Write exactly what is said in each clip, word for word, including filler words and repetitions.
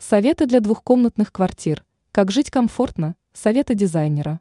Советы для двухкомнатных квартир. Как жить комфортно. Советы дизайнера.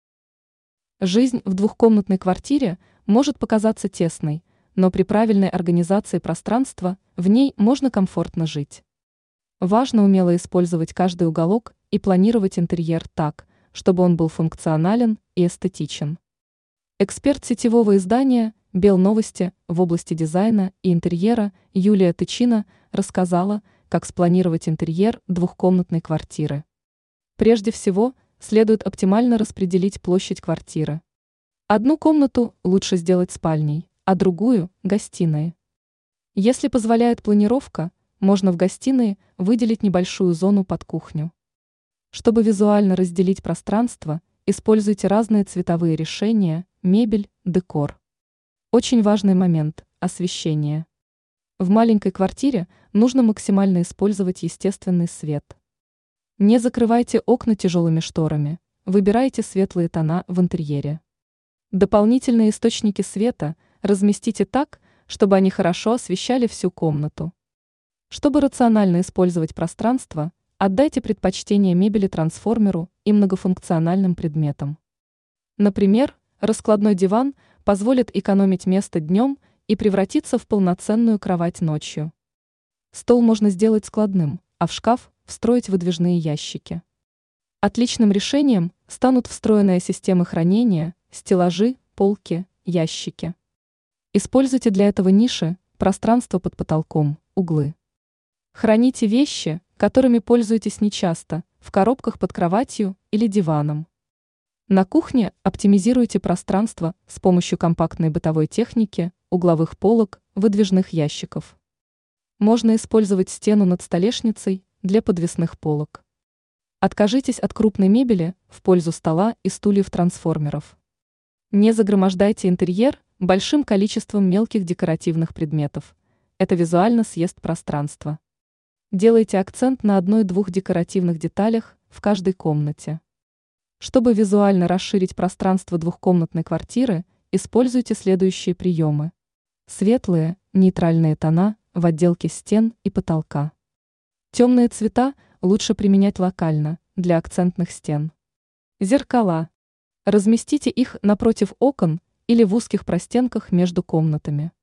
Жизнь в двухкомнатной квартире может показаться тесной, но при правильной организации пространства в ней можно комфортно жить. Важно умело использовать каждый уголок и планировать интерьер так, чтобы он был функционален и эстетичен. Эксперт сетевого издания «Белновости» в области дизайна и интерьера Юлия Тычина рассказала, как спланировать интерьер двухкомнатной квартиры. Прежде всего, следует оптимально распределить площадь квартиры. Одну комнату лучше сделать спальней, а другую – гостиной. Если позволяет планировка, можно в гостиной выделить небольшую зону под кухню. Чтобы визуально разделить пространство, используйте разные цветовые решения, мебель, декор. Очень важный момент – освещение. В маленькой квартире нужно максимально использовать естественный свет. Не закрывайте окна тяжелыми шторами, выбирайте светлые тона в интерьере. Дополнительные источники света разместите так, чтобы они хорошо освещали всю комнату. Чтобы рационально использовать пространство, отдайте предпочтение мебели-трансформеру и многофункциональным предметам. Например, раскладной диван позволит экономить место днем и превратиться в полноценную кровать ночью. Стол можно сделать складным, а в шкаф встроить выдвижные ящики. Отличным решением станут встроенные системы хранения, стеллажи, полки, ящики. Используйте для этого ниши, пространство под потолком, углы. Храните вещи, которыми пользуетесь нечасто, в коробках под кроватью или диваном. На кухне оптимизируйте пространство с помощью компактной бытовой техники, угловых полок, выдвижных ящиков. Можно использовать стену над столешницей для подвесных полок. Откажитесь от крупной мебели в пользу стола и стульев-трансформеров. Не загромождайте интерьер большим количеством мелких декоративных предметов. Это визуально съест пространство. Делайте акцент на одной-двух декоративных деталях в каждой комнате. Чтобы визуально расширить пространство двухкомнатной квартиры, используйте следующие приемы. Светлые, нейтральные тона в отделке стен и потолка. Темные цвета лучше применять локально, для акцентных стен. Зеркала. Разместите их напротив окон или в узких простенках между комнатами.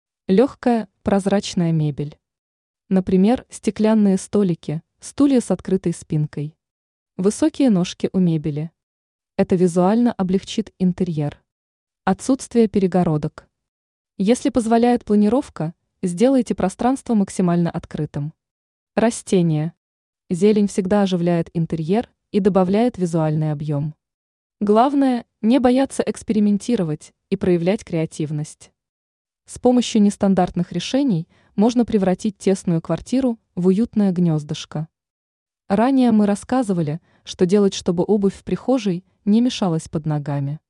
Легкая, прозрачная мебель. Например, стеклянные столики, стулья с открытой спинкой. Высокие ножки у мебели. Это визуально облегчит интерьер. Отсутствие перегородок. Если позволяет планировка, сделайте пространство максимально открытым. Растения. Зелень всегда оживляет интерьер и добавляет визуальный объем. Главное – не бояться экспериментировать и проявлять креативность. С помощью нестандартных решений можно превратить тесную квартиру в уютное гнездышко. Ранее мы рассказывали, что делать, чтобы обувь в прихожей не мешалась под ногами.